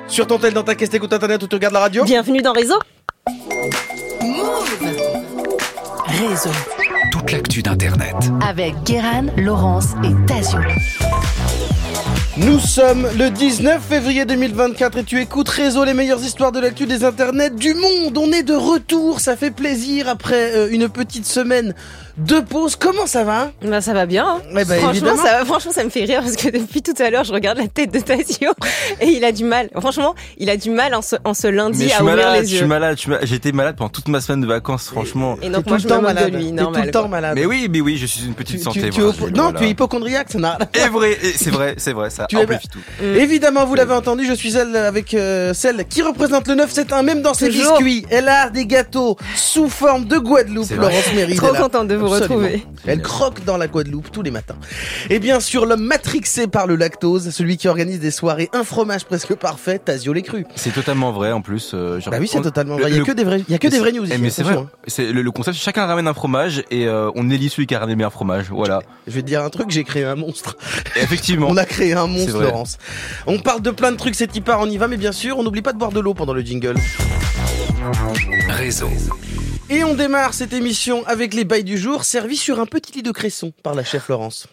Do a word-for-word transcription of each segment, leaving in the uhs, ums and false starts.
Sur ton tel, dans ta caisse, t'écoutes internet ou tu regardes la radio. Bienvenue dans Réseau. Move. Réseau. Toute l'actu d'internet. Avec Guéran, Laurence et Tazio. Nous sommes le dix-neuf février deux mille vingt-quatre et tu écoutes Réseau, les meilleures histoires de l'actu des internets du monde. On est de retour, ça fait plaisir après euh, une petite semaine de pause. Comment ça va? Bah ça va bien. Hein. Eh ben, franchement, ça, franchement, ça me fait rire parce que depuis tout à l'heure, je regarde la tête de Tazio et il a du mal. Franchement, il a du mal en ce, en ce lundi à ouvrir malade, les yeux. Je suis malade, je suis malade. J'étais malade pendant toute ma semaine de vacances, franchement. Et, et donc moi, je me moque de lui, T'es normal. tout le temps quoi. malade. Mais oui, mais oui, je suis une petite tu, santé. tu, tu voilà, oppo- je- non, voilà. tu es hypochondriaque, ça n'a. Et vrai, et c'est vrai, c'est vrai, ça Tu es amplifie tout. Mm. Évidemment, vous l'avez entendu, je suis celle avec euh, celle qui représente le neuf sept un, même dans ses Toujours. biscuits. Elle a des gâteaux sous forme de Guadeloupe. C'est vrai. Laurence Méride. Trop elle a- contente de vous Absolument. retrouver. Elle croque dans la Guadeloupe tous les matins. Et bien sûr, l'homme matrixé par le lactose, celui qui organise des soirées un fromage presque parfait, Tazio les cru. C'est totalement vrai en plus. Euh, genre, Bah oui, c'est on- totalement le- vrai. Il y a le- que des vrais, il y a que des vrais news Eh, ici. mais c'est vrai. attention, hein. C'est le, le concept. Chacun ramène un fromage et euh, on élit celui qui a ramené le meilleur fromage. Voilà. Je vais te dire un truc, j'ai créé un monstre. Et effectivement. On a créé un monstre, vrai. Laurence. On parle de plein de trucs, c'est hyper, on y va, mais bien sûr, on n'oublie pas de boire de l'eau pendant le jingle. Réseau. Et on démarre cette émission avec les bails du jour, servis sur un petit lit de cresson par la chef Laurence.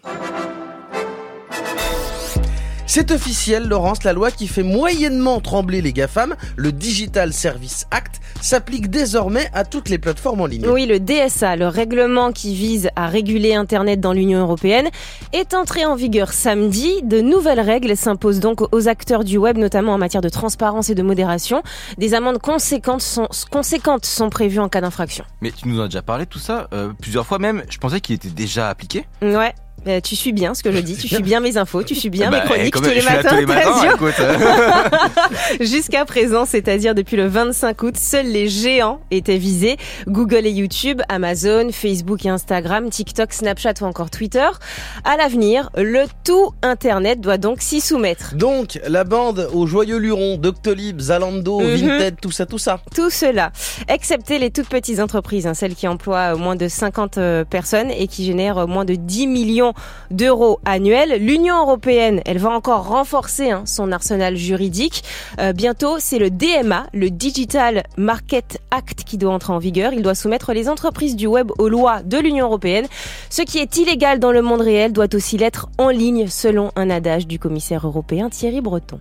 C'est officiel, Laurence, la loi qui fait moyennement trembler les GAFAM, le Digital Service Act, s'applique désormais à toutes les plateformes en ligne. Oui, le D S A, le règlement qui vise à réguler Internet dans l'Union européenne, est entré en vigueur samedi. De nouvelles règles s'imposent donc aux acteurs du web, notamment en matière de transparence et de modération. Des amendes conséquentes sont, conséquentes sont prévues en cas d'infraction. Mais tu nous en as déjà parlé de tout ça euh, plusieurs fois même. Je pensais qu'il était déjà appliqué. Ouais. Euh, tu suis bien ce que je dis, tu suis bien mes infos, tu suis bien mes Bah, chroniques comme tous je les suis là matins, tous les matins, Tazio. écoute. Jusqu'à présent, c'est-à-dire depuis le vingt-cinq août, seuls les géants étaient visés. Google et YouTube, Amazon, Facebook et Instagram, TikTok, Snapchat ou encore Twitter. À l'avenir, le tout Internet doit donc s'y soumettre. Donc, la bande aux joyeux lurons, Doctolib, Zalando, Mhm. Vinted, tout ça, tout ça. Tout cela, excepté les toutes petites entreprises, hein, celles qui emploient moins de cinquante euh, personnes et qui génèrent moins de dix millions d'euros annuels. L'Union européenne, elle va encore renforcer hein, son arsenal juridique. Euh, bientôt, c'est le D M A, le Digital Market Act, qui doit entrer en vigueur. Il doit soumettre les entreprises du web aux lois de l'Union européenne. Ce qui est illégal dans le monde réel doit aussi l'être en ligne, selon un adage du commissaire européen Thierry Breton.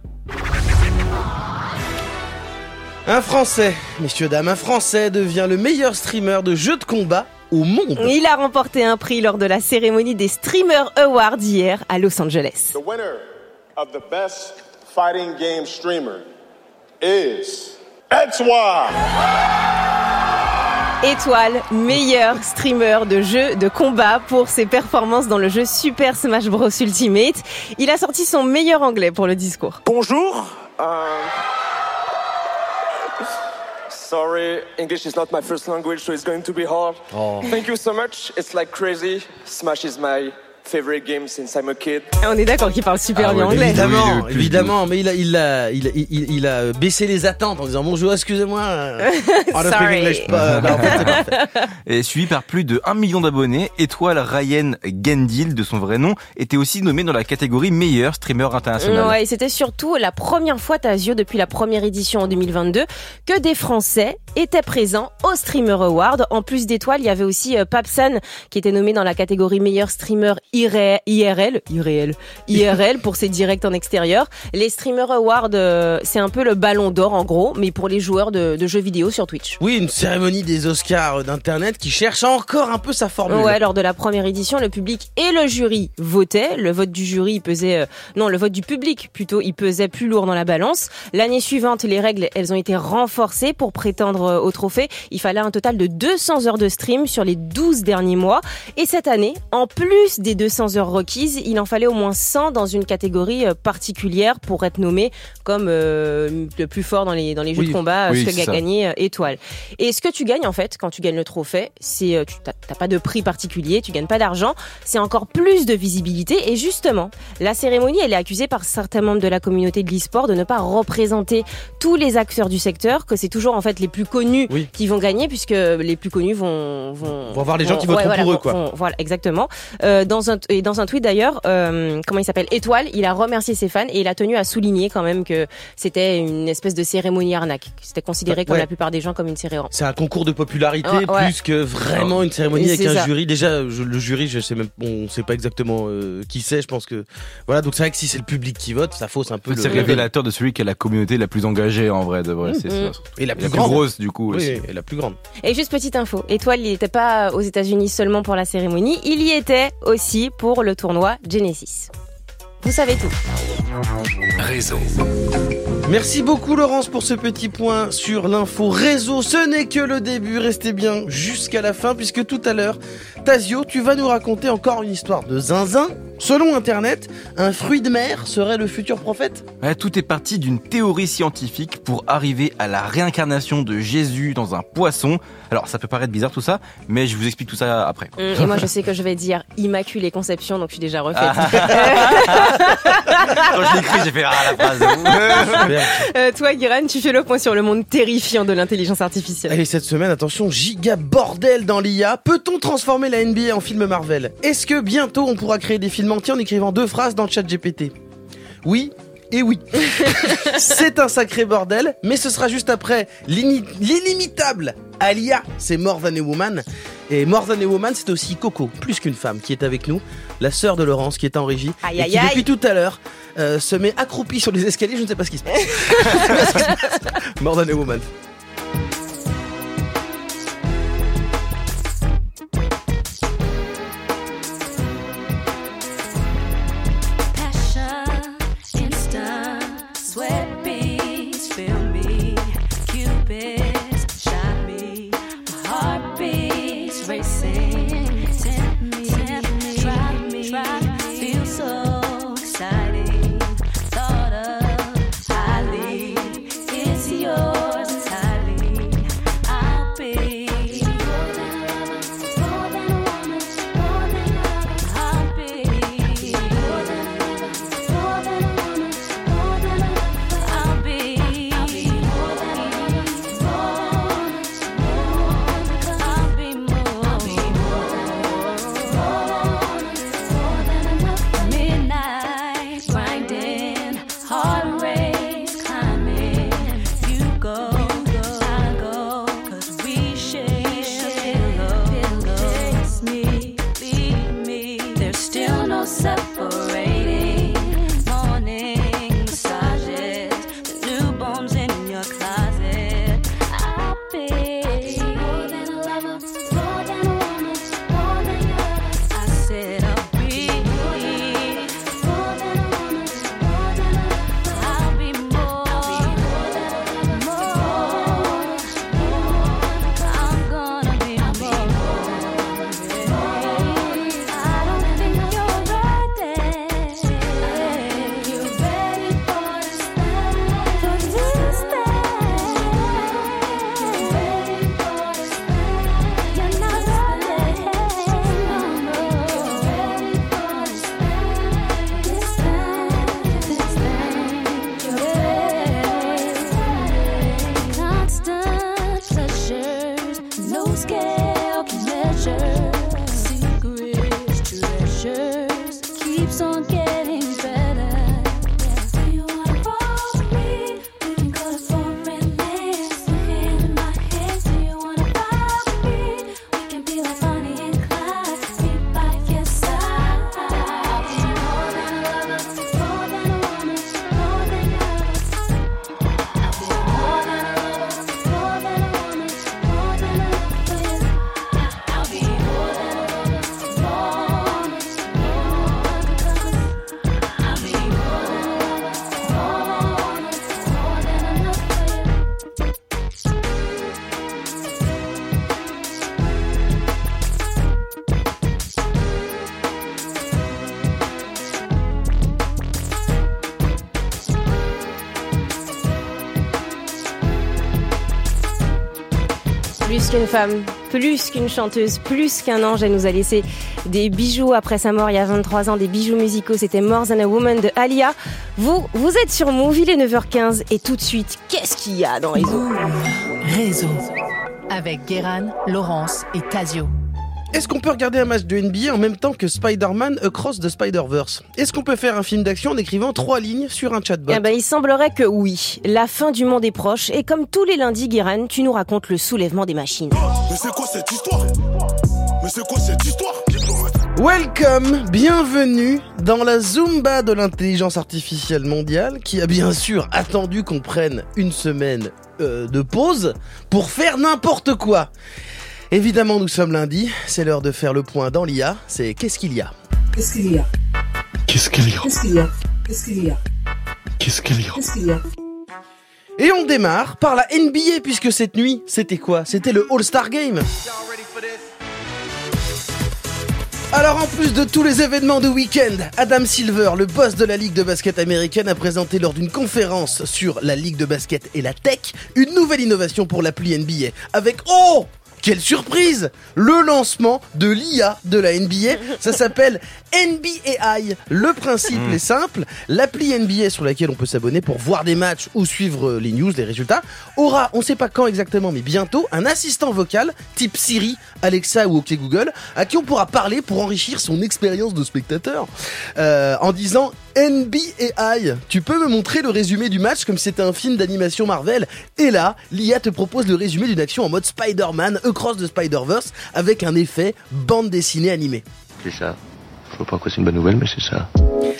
Un Français, messieurs, dames, un Français devient le meilleur streamer de jeux de combat au monde. Il a remporté un prix lors de la cérémonie des Streamer Awards hier à Los Angeles. The winner of the best fighting game streamer is Etwa. Étoile, meilleur streamer de jeux de combat pour ses performances dans le jeu Super Smash Bros Ultimate. Il a sorti son meilleur anglais pour le discours. Bonjour. Um, sorry, English is not my first language, so it's going to be hard. Oh. Thank you so much. It's like crazy. Smash is my favorite game since I'm a kid. On est d'accord qu'il parle super Ah bien ouais, anglais. Évidemment, Oui, le plus évidemment, mais il a, il a, il a, il, il a baissé les attentes en disant bonjour, excusez-moi. I don't speak Sorry. English, but- bah, en fait, c'est parfait. Et suivi par plus de un million d'abonnés, Étoile Ryan Gendil, de son vrai nom, était aussi nommé dans la catégorie meilleur streamer international. Ouais, et c'était surtout la première fois, Tazio, depuis la première édition en deux mille vingt-deux, que des Français étaient présents au Streamer Award. En plus d'Étoile, il y avait aussi euh, Papsan, qui était nommé dans la catégorie meilleur streamer I R L, I R L, I R L pour ses directs en extérieur. Les Streamer Awards, euh, c'est un peu le ballon d'or en gros, mais pour les joueurs de, de jeux vidéo sur Twitch. Oui, une cérémonie des Oscars d'internet qui cherche encore un peu sa formule. Ouais, lors de la première édition, le public et le jury votaient. Le vote du jury il pesait, euh, non, le vote du public plutôt, il pesait plus lourd dans la balance. L'année suivante, les règles, elles ont été renforcées pour prétendre euh, au trophée. Il fallait un total de deux cents heures de stream sur les douze derniers mois. Et cette année, en plus des deux cents heures requises, il en fallait au moins cent dans une catégorie euh, particulière pour être nommé comme euh, le plus fort dans les dans les jeux Oui, de combat, oui, ce que c'est ça. gagné euh, Étoile. Et ce que tu gagnes en fait quand tu gagnes le trophée, c'est euh, tu t'as, t'as pas de prix particulier, tu gagnes pas d'argent, c'est encore plus de visibilité. Et justement, la cérémonie, elle est accusée par certains membres de la communauté de l'e-sport de ne pas représenter tous les acteurs du secteur, que c'est toujours en fait les plus connus Oui. qui vont gagner, puisque les plus connus vont vont, Vont voir les gens qui voteront voilà, pour eux, vont- quoi. vont- voilà, exactement. Euh, dans un, et dans un tweet d'ailleurs, euh, comment il s'appelle, Étoile, il a remercié ses fans et il a tenu à souligner quand même que c'était une espèce de cérémonie arnaque. C'était considéré comme ouais. la plupart des gens comme une cérémonie. C'est un concours de popularité Ouais, ouais. plus que vraiment une cérémonie Et avec c'est un ça. jury. Déjà, je, le jury, je sais même, on sait pas exactement euh, qui c'est. Je pense que voilà. Donc c'est vrai que si c'est le public qui vote, ça fausse un peu. C'est le... révélateur de celui qui a la communauté la plus engagée en vrai, de vrai. Mmh. C'est ça. Et la Et plus la plus grande. grosse du coup Oui, aussi. et la plus grande. Et juste petite info, Étoile, il n'était pas aux États-Unis seulement pour la cérémonie, il y était aussi pour le tournoi Genesis. Vous savez tout. Réseau. Merci beaucoup Laurence pour ce petit point sur l'info réseau. Ce n'est que le début, restez bien jusqu'à la fin puisque tout à l'heure, Tazio, tu vas nous raconter encore une histoire de zinzin. Selon Internet, un fruit de mer serait le futur prophète. Ouais, tout est parti d'une théorie scientifique pour arriver à la réincarnation de Jésus dans un poisson. Alors ça peut paraître bizarre tout ça, mais je vous explique tout ça après. Hum, et moi je sais que je vais dire Immaculée Conception, donc je suis déjà refaite. Quand je l'ai écrit, j'ai fait ah la phrase. euh, toi Guéran, tu fais le point sur le monde terrifiant de l'intelligence artificielle. Allez, cette semaine, attention, giga bordel dans l'I A. Peut-on transformer la N B A en film Marvel ? Est-ce que bientôt on pourra créer des films entiers en écrivant deux phrases dans ChatGPT ? Oui et oui. C'est un sacré bordel, mais ce sera juste après l'ini- l'illimitable Alia, c'est More Than a Woman. Et More Than a Woman, c'est aussi Coco, plus qu'une femme, qui est avec nous, la sœur de Laurence qui est en régie, Aïe, et aïe, qui aïe. depuis tout à l'heure euh, se met accroupie sur les escaliers, je ne sais pas ce qui se passe. Je sais pas ce qui se passe. More Than a Woman. Passion, instant, sweat beats, feel me, Cupid's shot me, my heart beats racing, tempt me, drive me, feel so exciting, thought of highly, it's yours entirely, I'll be more than a lover, more than a woman, more than a lover, I'll be more than a lover, more than a woman, more than a lover, I'll be more than a lover, I'll be more, I'll be more than a lover, midnight grinding, heart race climbing, you go, I go, 'cause we share a pillow, kiss me, leave me, there's still no separating, morning massages, the new bombs in your closet, I'll be more than a lover, more than a woman, more than a lover, I said I'll be more than a woman, more than a lover, I'll be more, more, I'm gonna be more, I don't think you're ready, you ready for this thing, for this thing, you ready for this thing, you're not ready, no, no, you're ready for this thing, this thing, this thing, you're ready, constant pleasures, no scale can measure, secrets, treasures, keeps on getting better. Do you wanna roll with me? We can go to foreign lands, your hand in my hand. Do you wanna ride with me? We can be like Bonnie and Clyde, be by your side. I'll be more than a lover, more than a woman, more than a lover. I'll be more than a lover, more than a woman, more than a lover. I'll be more than a lover, more, more, because I'll be more than a lover, more, more than enough for you. Plus qu'une femme, plus qu'une chanteuse, plus qu'un ange, elle nous a laissé des bijoux après sa mort il y a vingt-trois ans, des bijoux musicaux, c'était More Than a Woman de Alia. Vous, vous êtes sur Move, il est neuf heures quinze et tout de suite, qu'est-ce qu'il y a dans Réseau ? Réseau. Avec Guéran, Laurence et Tazio. Est-ce qu'on peut regarder un match de N B A en même temps que Spider-Man Across the Spider-Verse? Est-ce qu'on peut faire un film d'action en écrivant trois lignes sur un chatbot? Eh ben, il semblerait que oui. La fin du monde est proche et comme tous les lundis, Guérin, tu nous racontes le soulèvement des machines. Mais c'est quoi cette histoire? Mais c'est quoi cette histoire? Welcome, bienvenue dans la Zumba de l'intelligence artificielle mondiale qui a bien sûr attendu qu'on prenne une semaine euh, de pause pour faire n'importe quoi. Évidemment, nous sommes lundi, c'est l'heure de faire le point dans l'I A, c'est qu'est-ce qu'il y a? Qu'est-ce qu'il y a? Qu'est-ce qu'il y a? Qu'est-ce qu'il y a? Qu'est-ce qu'il y a? Qu'est-ce qu'il y a? Qu'est-ce qu'il y a? Et on démarre par la N B A puisque cette nuit, c'était quoi? C'était le All-Star Game. Alors en plus de tous les événements de week-end, Adam Silver, le boss de la Ligue de basket américaine, a présenté lors d'une conférence sur la Ligue de basket et la tech, une nouvelle innovation pour l'appli N B A, avec oh quelle surprise! Le lancement de l'I A de la N B A, ça s'appelle N B A I. Le principe mmh. est simple, l'appli N B A sur laquelle on peut s'abonner pour voir des matchs ou suivre les news, les résultats, aura, on ne sait pas quand exactement, mais bientôt, un assistant vocal type Siri, Alexa ou OK Google, à qui on pourra parler pour enrichir son expérience de spectateur, euh, en disant N B A I, tu peux me montrer le résumé du match comme si c'était un film d'animation Marvel? Et là, l'I A te propose le résumé d'une action en mode Spider-Man, Across the Spider-Verse, avec un effet bande dessinée animée. C'est ça. Je vois pas quoi c'est une bonne nouvelle, mais c'est ça.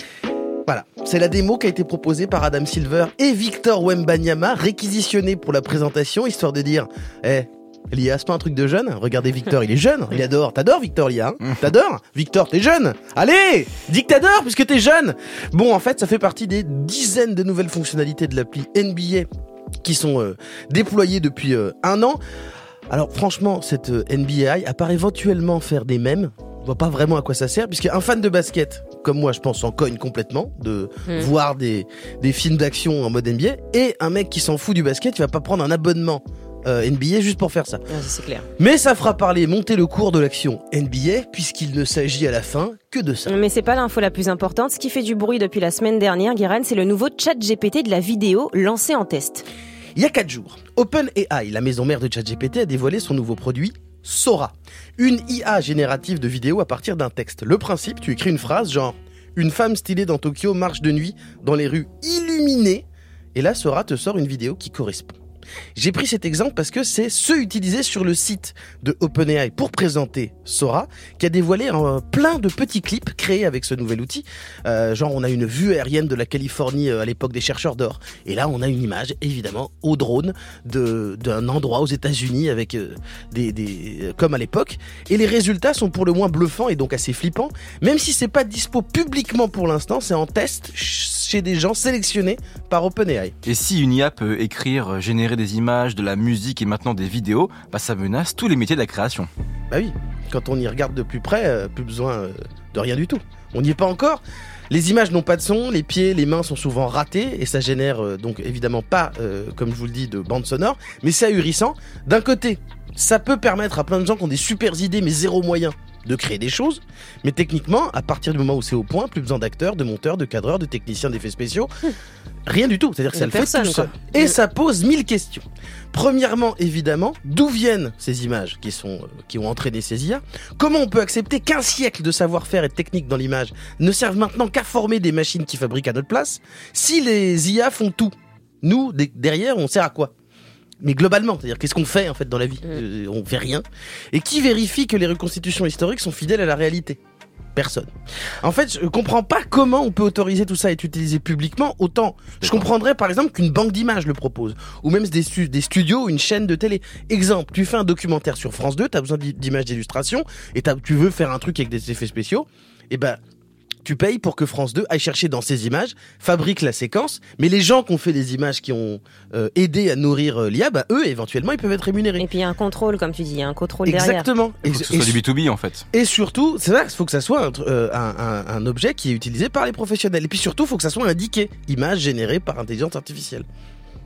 Voilà, c'est la démo qui a été proposée par Adam Silver et Victor Wembanyama, réquisitionné pour la présentation, histoire de dire « Eh, l'I A, c'est pas un truc de jeune? Regardez Victor, il est jeune, il adore. T'adores Victor, l'I A, hein? T'adores? Victor, t'es jeune. Allez, dis que t'adores puisque t'es jeune. Bon, en fait, ça fait partie des dizaines de nouvelles fonctionnalités de l'appli N B A qui sont euh, déployées depuis euh, un an. Alors franchement, cette euh, N B A I, à part éventuellement faire des mèmes, on voit pas vraiment à quoi ça sert, puisqu'un fan de basket, comme moi, je pense, en cogne complètement de mmh. voir des, des films d'action en mode N B A, et un mec qui s'en fout du basket, il va pas prendre un abonnement Euh, N B A juste pour faire ça. Ouais, c'est clair. Mais ça fera parler, monter le cours de l'action N B A puisqu'il ne s'agit à la fin que de ça. Mais c'est pas l'info la plus importante. Ce qui fait du bruit depuis la semaine dernière, Guérin, c'est le nouveau ChatGPT de la vidéo lancé en test. Il y a quatre jours, OpenAI, la maison mère de ChatGPT, a dévoilé son nouveau produit Sora, une I A générative de vidéo à partir d'un texte. Le principe, tu écris une phrase genre « Une femme stylée dans Tokyo marche de nuit dans les rues illuminées » et là Sora te sort une vidéo qui correspond. J'ai pris cet exemple parce que c'est ce utilisé sur le site de OpenAI pour présenter Sora, qui a dévoilé un, plein de petits clips créés avec ce nouvel outil. Euh, genre, on a une vue aérienne de la Californie euh, à l'époque des chercheurs d'or. Et là, on a une image, évidemment, au drone de, d'un endroit aux États-Unis avec euh, des, des, euh, comme à l'époque. Et les résultats sont pour le moins bluffants et donc assez flippants. Même si c'est pas dispo publiquement pour l'instant, c'est en test chez des gens sélectionnés par OpenAI. Et si une I A peut écrire, générer des images, de la musique et maintenant des vidéos, bah ça menace tous les métiers de la création. Bah oui, quand on y regarde de plus près, euh, plus besoin euh, de rien du tout. On n'y est pas encore. Les images n'ont pas de son, les pieds, les mains sont souvent ratés et ça génère euh, donc évidemment pas, euh, comme je vous le dis, de bande sonore, mais c'est ahurissant. D'un côté, ça peut permettre à plein de gens qui ont des super idées mais zéro moyen de créer des choses, mais techniquement, à partir du moment où c'est au point, plus besoin d'acteurs, de monteurs, de cadreurs, de techniciens d'effets spéciaux, rien du tout, c'est-à-dire que ça le fait tout seul. Et ça pose mille questions. Premièrement, évidemment, d'où viennent ces images qui, sont, qui ont entraîné ces I A? Comment on peut accepter qu'un siècle de savoir-faire et de technique dans l'image ne servent maintenant qu'à former des machines qui fabriquent à notre place? Si les I A font tout, nous, derrière, on sert à quoi? Mais globalement, c'est-à-dire qu'est-ce qu'on fait en fait dans la vie? euh, On fait rien. Et qui vérifie que les reconstitutions historiques sont fidèles à la réalité? Personne. En fait, je comprends pas comment on peut autoriser tout ça à être utilisé publiquement. Autant, je comprendrais par exemple qu'une banque d'images le propose, ou même des, stu- des studios, une chaîne de télé. Exemple, tu fais un documentaire sur France deux, t'as besoin d'images d'illustration, et tu veux faire un truc avec des effets spéciaux, et ben tu payes pour que France deux aille chercher dans ces images, fabrique la séquence, mais les gens qui ont fait les images, qui ont euh, aidé à nourrir euh, l'I A, bah, eux, éventuellement, ils peuvent être rémunérés. Et puis il y a un contrôle, comme tu dis, il y a un contrôle Exactement. derrière. Il faut que ce soit du B deux B en fait. Et surtout, c'est vrai qu'il faut que ça soit un, euh, un, un, un objet qui est utilisé par les professionnels. Et puis surtout, il faut que ça soit indiqué, image générée par intelligence artificielle.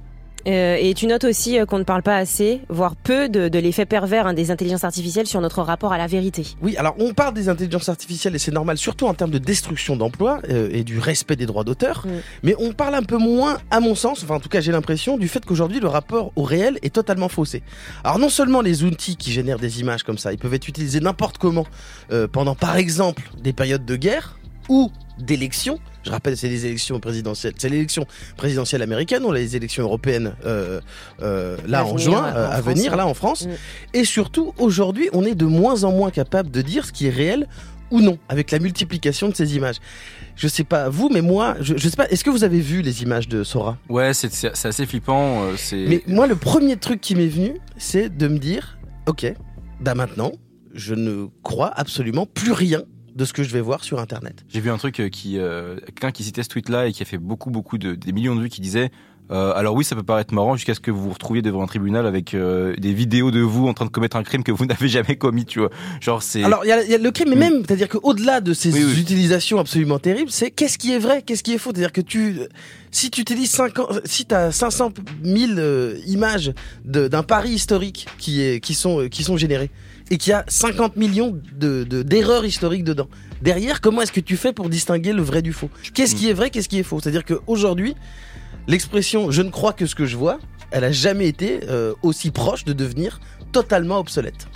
Euh, et tu notes aussi euh, qu'on ne parle pas assez, voire peu, de, de l'effet pervers hein, des intelligences artificielles sur notre rapport à la vérité. Oui, alors on parle des intelligences artificielles et c'est normal, surtout en termes de destruction d'emplois euh, et du respect des droits d'auteur. Mm. Mais on parle un peu moins, à mon sens, enfin en tout cas j'ai l'impression, du fait qu'aujourd'hui le rapport au réel est totalement faussé. Alors non seulement les outils qui génèrent des images comme ça, ils peuvent être utilisés n'importe comment euh, pendant par exemple des périodes de guerre ou d'élections. Je rappelle, c'est les élections présidentielles, c'est l'élection présidentielle américaine, on a les élections européennes euh, euh, là à en venir, juin, en euh, à France, venir ouais. là en France. Mm. Et surtout, aujourd'hui, on est de moins en moins capable de dire ce qui est réel ou non, avec la multiplication de ces images. Je sais pas vous, mais moi, je, je sais pas. Est-ce que vous avez vu les images de Sora ? Ouais, c'est, c'est, c'est assez flippant. Euh, c'est... Mais moi, le premier truc qui m'est venu, c'est de me dire, ok, bah maintenant, je ne crois absolument plus rien de ce que je vais voir sur Internet. J'ai vu un truc qui, euh, quelqu'un qui citait ce tweet-là et qui a fait beaucoup, beaucoup de, des millions de vues qui disait euh, alors oui, ça peut paraître marrant jusqu'à ce que vous vous retrouviez devant un tribunal avec euh, des vidéos de vous en train de commettre un crime que vous n'avez jamais commis, tu vois. Genre c'est. Alors il y, y a le crime, mais mmh. même, c'est-à-dire qu'au-delà de ces oui, oui. utilisations absolument terribles, c'est qu'est-ce qui est vrai, qu'est-ce qui est faux. C'est-à-dire que tu, si tu t'es dit cinquante, si t'as cinq cent mille euh, images de, d'un Paris historique qui est, qui sont, euh, qui sont générées. Et qu'il y a cinquante millions de, de, d'erreurs historiques dedans. Derrière, comment est-ce que tu fais pour distinguer le vrai du faux ? Qu'est-ce qui est vrai, qu'est-ce qui est faux ? C'est-à-dire qu'aujourd'hui, l'expression « je ne crois que ce que je vois », elle a jamais été euh, aussi proche de devenir totalement obsolète.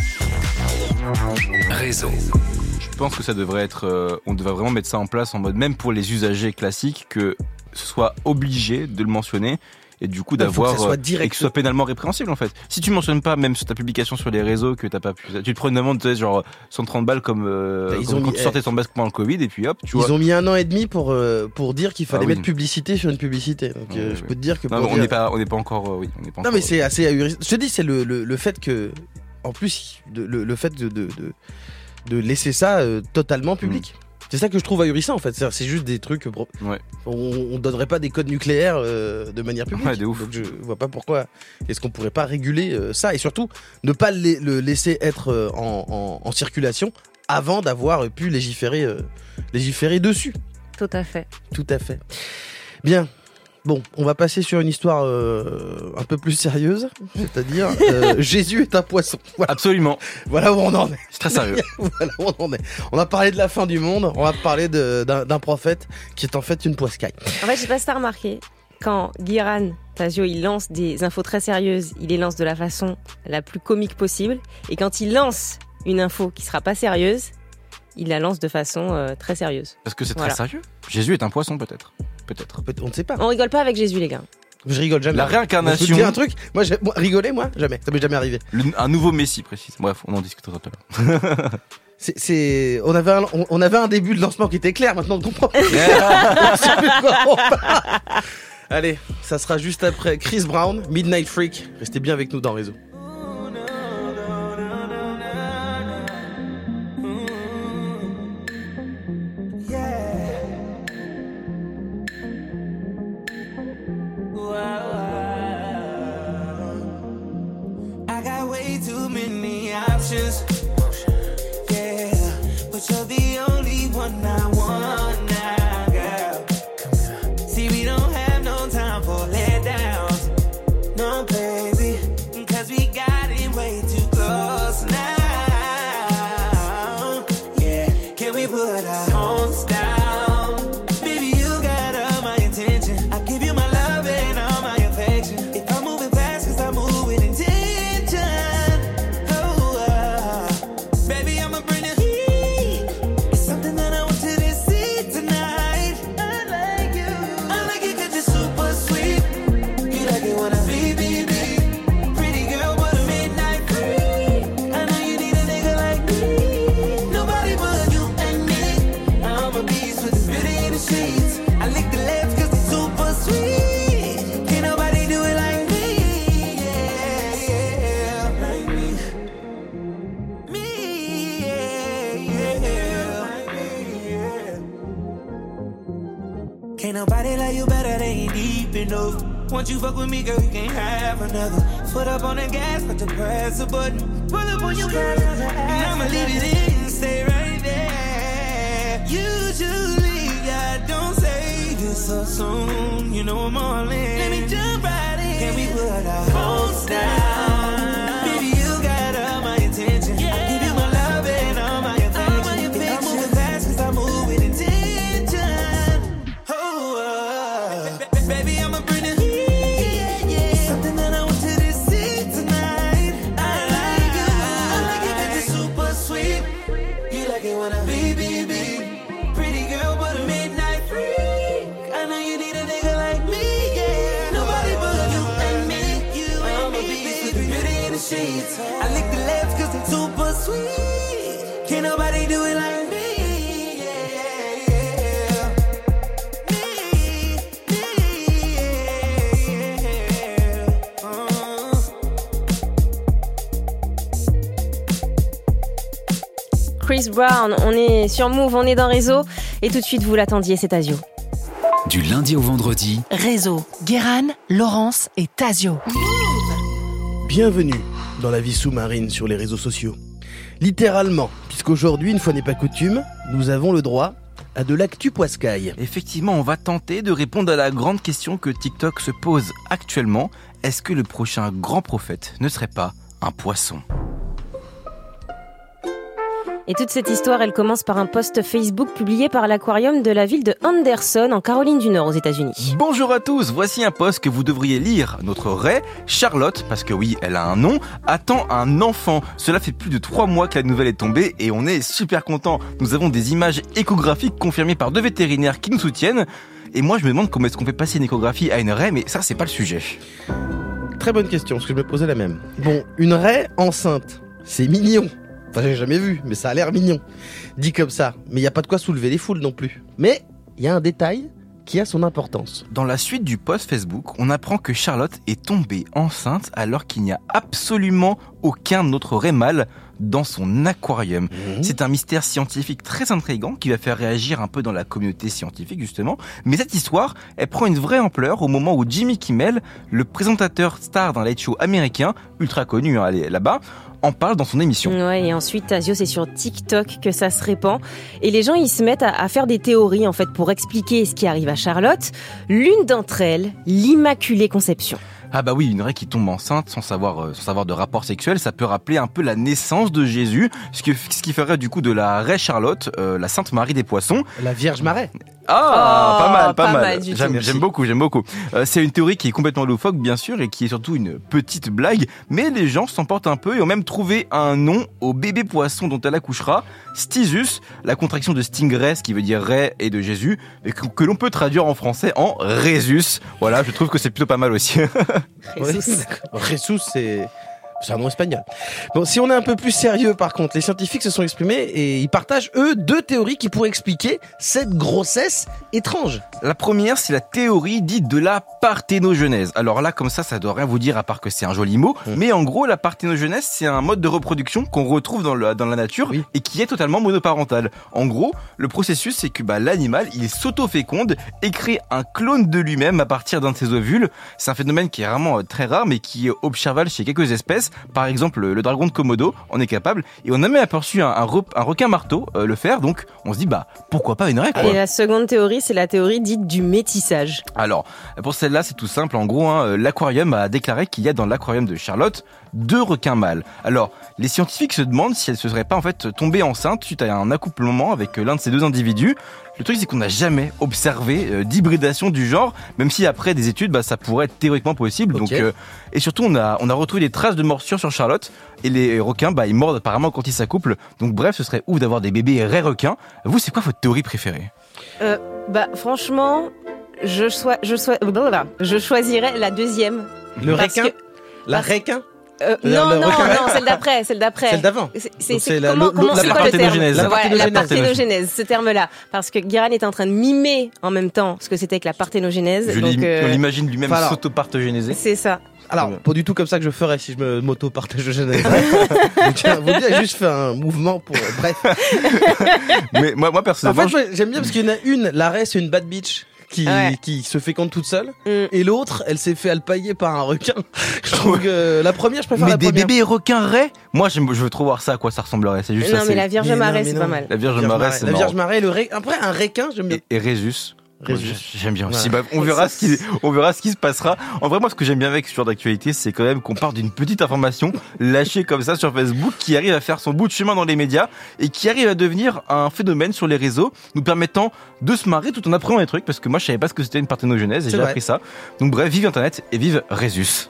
Réseau. Je pense que ça devrait être... Euh, on devrait vraiment mettre ça en place en mode, même pour les usagers classiques, que ce soit obligé de le mentionner. Et du coup d'avoir que ça soit euh, direct. et que ce soit pénalement répréhensible en fait. Si tu mentionnes pas même sur ta publication sur les réseaux que t'as pas pu, tu te prends une amende tu sais, genre cent trente balles comme, euh, Ils comme ont quand mis, tu sortais ton masque pendant le Covid et puis hop tu Ils vois. ont mis un an et demi pour euh, pour dire qu'il fallait Ah oui. mettre publicité sur une publicité. Donc Ouais, euh, ouais. je peux te dire que Non, pour on dire... n'est pas on n'est pas encore euh, oui on n'est pas Non encore, mais c'est assez ahurissant. Je te dis c'est le, le le fait que en plus de, le le fait de de de, de laisser ça euh, totalement public. Mmh. C'est ça que je trouve ahurissant en fait, c'est, c'est juste des trucs. Ouais. On, on donnerait pas des codes nucléaires euh, de manière publique. Ouais, de ouf. Donc je vois pas pourquoi. Est-ce qu'on pourrait pas réguler euh, ça et surtout ne pas le, le laisser être euh, en, en, en circulation avant d'avoir pu légiférer, euh, légiférer dessus. Tout à fait. Tout à fait. Bien. Bon, on va passer sur une histoire euh, un peu plus sérieuse, c'est-à-dire euh, Jésus est un poisson. Voilà. Absolument. Voilà où on en est. C'est très sérieux. Voilà où on en est. On a parlé de la fin du monde, on va parler de, d'un, d'un prophète qui est en fait une poiscaille. En fait, je sais pas si t'as remarqué, quand Guiran Tazio il lance des infos très sérieuses, il les lance de la façon la plus comique possible, et quand il lance une info qui sera pas sérieuse, il la lance de façon euh, très sérieuse. Parce que c'est voilà. très sérieux. Jésus est un poisson peut-être. Peut-être. On ne sait pas. On rigole pas avec Jésus les gars. Je rigole jamais. La réincarnation. Je te dis un truc. Moi, j'ai, moi, rigoler, moi, jamais. Ça m'est jamais arrivé. Le, un nouveau Messie, précise. Bref, on en discutera tout à l'heure. c'est, c'est, on avait un, on, on avait un début de lancement qui était clair. Maintenant, on comprend. On sait plus de quoi on parle. Allez, ça sera juste après Chris Brown, Midnight Freak. Restez bien avec nous dans Réseau. Ain't nobody like you better, they ain't deep enough. Once you fuck with me, girl, you can't have another. Foot up on the gas, but to press a button. Pull up on your gas, and I'ma leave it in, stay right there. Usually, I don't say this so soon. You know I'm all in. Let me jump right in. Can super sweet. Can't nobody do it like me. Yeah, yeah, yeah. Me, me, yeah. Uh. Chris Brown, on est sur Move, on est dans Réseau. Et tout de suite, vous l'attendiez, c'est Tazio. Du lundi au vendredi. Réseau, Guéran, Laurence et Tazio. Bienvenue dans la vie sous-marine sur les réseaux sociaux. Littéralement, puisqu'aujourd'hui, une fois n'est pas coutume, nous avons le droit à de l'actu poiscaille. Effectivement, on va tenter de répondre à la grande question que TikTok se pose actuellement. Est-ce que le prochain grand prophète ne serait pas un poisson ? Et toute cette histoire, elle commence par un post Facebook publié par l'aquarium de la ville de Anderson, en Caroline du Nord, aux États-Unis. Bonjour à tous, voici un post que vous devriez lire. Notre raie, Charlotte, parce que oui, elle a un nom, attend un enfant. Cela fait plus de trois mois que la nouvelle est tombée et on est super contents. Nous avons des images échographiques confirmées par deux vétérinaires qui nous soutiennent. Et moi, je me demande comment est-ce qu'on fait passer une échographie à une raie, mais ça, c'est pas le sujet. Très bonne question, parce que je me posais la même. Bon, une raie enceinte, c'est mignon. Enfin, j'ai jamais vu, mais ça a l'air mignon. Dit comme ça, mais il n'y a pas de quoi soulever les foules non plus. Mais il y a un détail qui a son importance. Dans la suite du post Facebook, on apprend que Charlotte est tombée enceinte alors qu'il n'y a absolument aucun autre raie mâle dans son aquarium. Mmh. C'est un mystère scientifique très intriguant qui va faire réagir un peu dans la communauté scientifique justement. Mais cette histoire, elle prend une vraie ampleur au moment où Jimmy Kimmel, le présentateur star d'un late show américain, ultra connu hein, là-bas, en parle dans son émission. Ouais, et ensuite, Tazio, c'est sur TikTok que ça se répand. Et les gens, ils se mettent à, à faire des théories, en fait, pour expliquer ce qui arrive à Charlotte. L'une d'entre elles, l'Immaculée Conception. Ah bah oui, une raie qui tombe enceinte sans savoir, euh, sans savoir de rapport sexuel, ça peut rappeler un peu la naissance de Jésus, ce, que, ce qui ferait du coup de la raie Charlotte, euh, la Sainte Marie des Poissons. La Vierge Marais. Ah, oh, pas mal, pas, pas mal. mal du j'aime, tout. j'aime beaucoup, j'aime beaucoup. Euh, c'est une théorie qui est complètement loufoque, bien sûr, et qui est surtout une petite blague, mais les gens s'en portent un peu et ont même trouvé un nom au bébé poisson dont elle accouchera, Stizus, la contraction de stingray, ce qui veut dire raie et de Jésus, et que, que l'on peut traduire en français en Résus. Voilà, je trouve que c'est plutôt pas mal aussi. Résus, c'est... c'est un nom espagnol. Bon, si on est un peu plus sérieux par contre, les scientifiques se sont exprimés et ils partagent eux deux théories qui pourraient expliquer cette grossesse étrange. La première, c'est la théorie dite de la parthénogenèse. Alors là, comme ça, ça doit rien vous dire à part que c'est un joli mot. Mmh. Mais en gros, la parthénogenèse, c'est un mode de reproduction qu'on retrouve dans, le, dans la nature oui. et qui est totalement monoparental. En gros, le processus, c'est que bah, l'animal, il s'auto-féconde et crée un clone de lui-même à partir d'un de ses ovules. C'est un phénomène qui est vraiment euh, très rare, mais qui est observable chez quelques espèces. Par exemple, le, le dragon de Komodo en est capable. Et on a même aperçu un, un, re, un requin marteau euh, le faire. Donc, on se dit, bah, pourquoi pas une raie, quoi. Et la seconde théorie, c'est la théorie dite du métissage. Alors, pour celle-là, c'est tout simple. En gros, hein, l'aquarium a déclaré qu'il y a dans l'aquarium de Charlotte deux requins mâles. Alors, les scientifiques se demandent si elle se serait pas en fait tombée enceinte suite à un accouplement avec l'un de ces deux individus. Le truc, c'est qu'on n'a jamais observé euh, d'hybridation du genre, même si après des études, bah, ça pourrait être théoriquement possible. Okay. Donc, euh, et surtout, on a, on a retrouvé des traces de morsures sur Charlotte, et les requins, bah, ils mordent apparemment quand ils s'accouplent. Donc bref, ce serait ouf d'avoir des bébés raies requins. Vous, c'est quoi votre théorie préférée ? euh, Bah, franchement, je, sois, je, sois, je choisirais la deuxième. Le requin que, La parce... requin Euh, non, non, non, celle d'après, celle d'après. Celle d'avant. C'est, c'est, c'est la, comment, comment, c'est la quoi le terme la ouais, la parthénogenèse, ce terme-là. Parce que Guéran est en train de mimer en même temps ce que c'était que la parthénogenèse. Je donc, euh... On l'imagine lui-même enfin, s'auto-parthénoiser. C'est ça. Alors, pas du tout comme ça que je ferais si je me m'auto-parthénogenèse. Tiens, vous dire, juste fait un mouvement pour, bref. Mais moi, moi, personnellement. En fait, j'aime bien parce qu'il y en a une, la raie, c'est une bad bitch. Qui, ouais. qui se féconde toute seule mm. et l'autre elle s'est fait alpailler par un requin. Je trouve que la première je préfère mais la des première. bébés requins raies, moi je veux trop voir ça à quoi ça ressemblerait. C'est juste non ça, mais c'est... la Vierge mais Marais non, c'est non. pas mal. La Vierge, Vierge Marais, Marais c'est la marrant. Vierge Marais le ré... après un requin j'aime bien. Et, et Résus. Résus. J'aime bien aussi. Voilà. Bah, on verra ce qui, on verra ce qui se passera. En vrai, moi, ce que j'aime bien avec ce genre d'actualité, c'est quand même qu'on part d'une petite information lâchée comme ça sur Facebook, qui arrive à faire son bout de chemin dans les médias et qui arrive à devenir un phénomène sur les réseaux, nous permettant de se marrer tout en apprenant des trucs, parce que moi, je savais pas ce que c'était une parthénogenèse et c'est j'ai vrai. appris ça. Donc bref, vive Internet et vive Résus.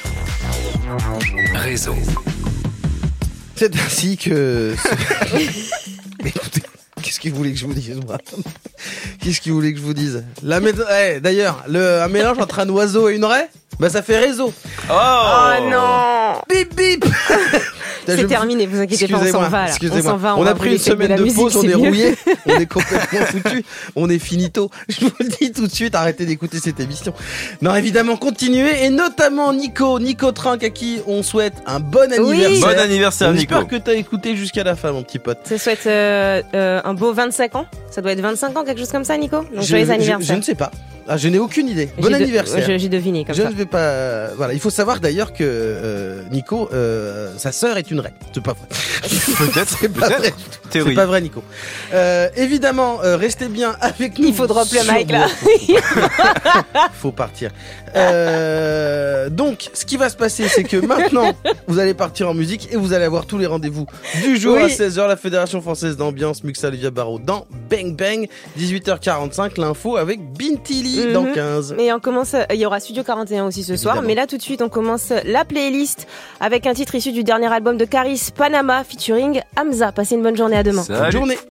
Réseau. C'est ainsi que. Écoutez. Qu'est-ce qu'il voulait que je vous dise, moi ? Qu'est-ce qu'il voulait que je vous dise ? La mé... eh, d'ailleurs, le, un mélange entre un oiseau et une raie, bah ça fait réseau. Oh, oh non ! Bip bip. T'as- C'est je- terminé, vous inquiétez pas, on s'en Excusez-moi, va là. On excusez-moi. s'en va, On va a pris vous une laisser semaine la de musique, pause, on c'est est mieux. rouillé, on est complètement foutu, on est finito. Je vous le dis tout de suite, arrêtez d'écouter cette émission. Non, évidemment, continuez, et notamment Nico, Nico Trinque, à qui on souhaite un bon anniversaire. Bon anniversaire, On Nico. J'espère que t'as écouté jusqu'à la fin, mon petit pote. Ça souhaite euh, euh, un beau vingt-cinq ans. Ça doit être vingt-cinq ans, quelque chose comme ça, Nico. Donc je, joyeux je- anniversaire. je ne sais pas. Ah, je n'ai aucune idée. Bon J'ai de- anniversaire. je- J'ai deviné comme je ça. ne vais pas. euh, Voilà, il faut savoir d'ailleurs que euh, Nico, euh, sa sœur est une reine. C'est pas vrai. Peut-être, C'est pas vrai. peut-être. C'est Théorie. pas vrai, Nico. Euh, évidemment, euh, restez bien avec nous. Il faut drop le sur- mic là. Faut partir. Euh, donc, ce qui va se passer, c'est que maintenant, vous allez partir en musique et vous allez avoir tous les rendez-vous du jour Oui. à seize heures. La Fédération Française d'Ambiance, Muxa Olivia Barraud dans Bang Bang. dix-huit heures quarante-cinq, l'info avec Bintili dans Mhm. quinze. Et on commence, il y aura Studio quarante et un aussi ce soir, Évidemment. mais là tout de suite on commence la playlist avec un titre issu du dernier album de Caris, Panama featuring Hamza. Passez une bonne journée, à demain. Bonne journée.